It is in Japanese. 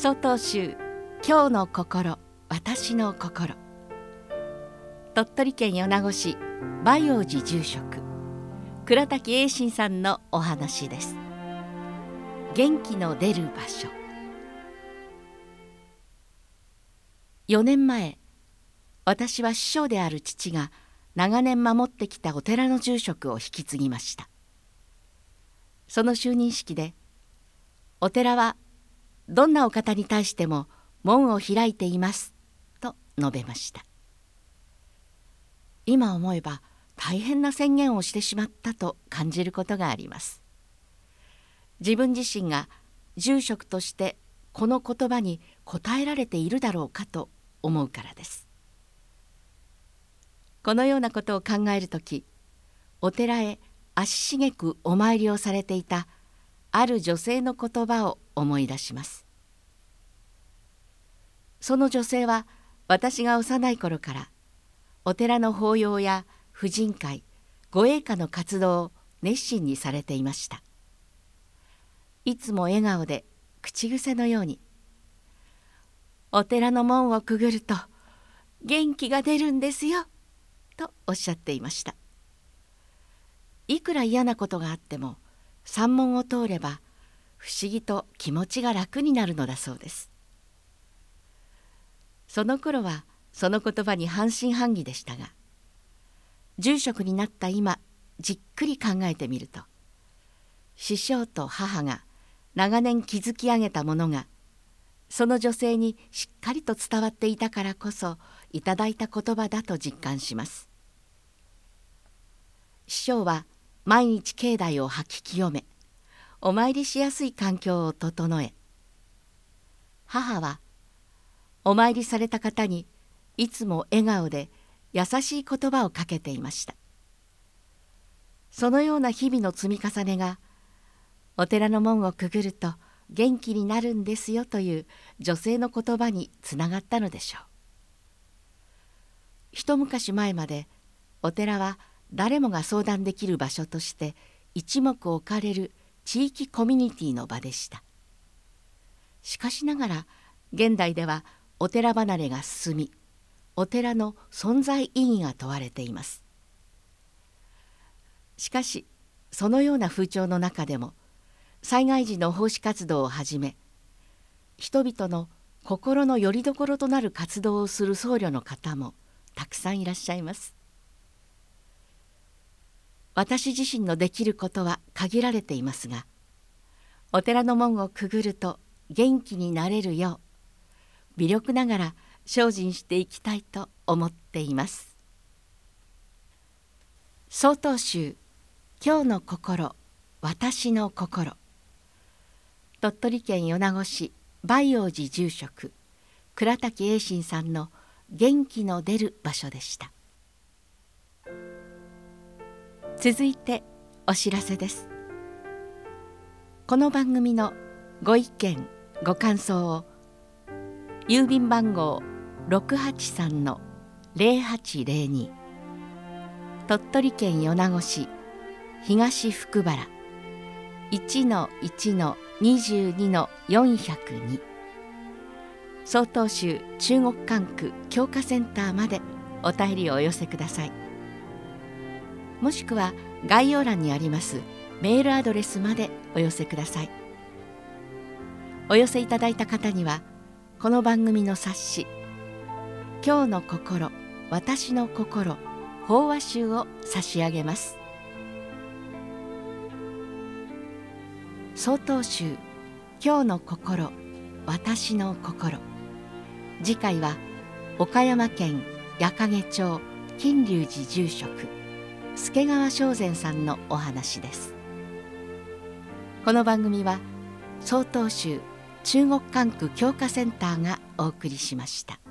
曹洞宗今日の心私の心。鳥取県米子市梅王寺住職倉滝英心さんのお話です。元気の出る場所。4年前、私は師匠である父が長年守ってきたお寺の住職を引き継ぎました。その就任式で、お寺はどんなお方に対しても門を開いていますと述べました。今思えば大変な宣言をしてしまったと感じることがあります。自分自身が住職としてこの言葉に応えられているだろうかと思うからです。このようなことを考えるとき、お寺へ足しげくお参りをされていたある女性の言葉を思い出します。その女性は私が幼い頃からお寺の法要や婦人会、御栄歌の活動を熱心にされていました。いつも笑顔で口癖のように「お寺の門をくぐると元気が出るんですよ」とおっしゃっていました。いくら嫌なことがあっても山門を通れば不思議と気持ちが楽になるのだそうです。その頃はその言葉に半信半疑でしたが、住職になった今じっくり考えてみると、師匠と母が長年築き上げたものがその女性にしっかりと伝わっていたからこそいただいた言葉だと実感します。師匠は毎日境内を吐き清め、お参りしやすい環境を整え、母はお参りされた方にいつも笑顔で優しい言葉をかけていました。そのような日々の積み重ねがお寺の門をくぐると元気になるんですよという女性の言葉につながったのでしょう。一昔前までお寺は誰もが相談できる場所として一目置かれる地域コミュニティの場でした。しかしながら現代ではお寺離れが進み、お寺の存在意義が問われています。しかしそのような風潮の中でも災害時の奉仕活動をはじめ、人々の心の拠り所となる活動をする僧侶の方もたくさんいらっしゃいます。私自身のできることは限られていますが、お寺の門をくぐると元気になれるよう微力ながら精進していきたいと思っています。曹洞宗今日の心私の心。鳥取県米子市梅王寺住職倉滝英心さんの元気の出る場所でした。続いてお知らせです。この番組のご意見ご感想を郵便番号 683-0802 鳥取県米子市東福原 1-1-22-402 曹洞宗中国管区教化センターまでお便りをお寄せください。もしくは概要欄にありますメールアドレスまでお寄せください。お寄せいただいた方にはこの番組の冊子「今日の心私の心法話集」を差し上げます。曹洞宗今日の心私の心。次回は岡山県矢掛町金龍寺住職助川正善さんのお話です。この番組は曹洞宗中国管区教化センターがお送りしました。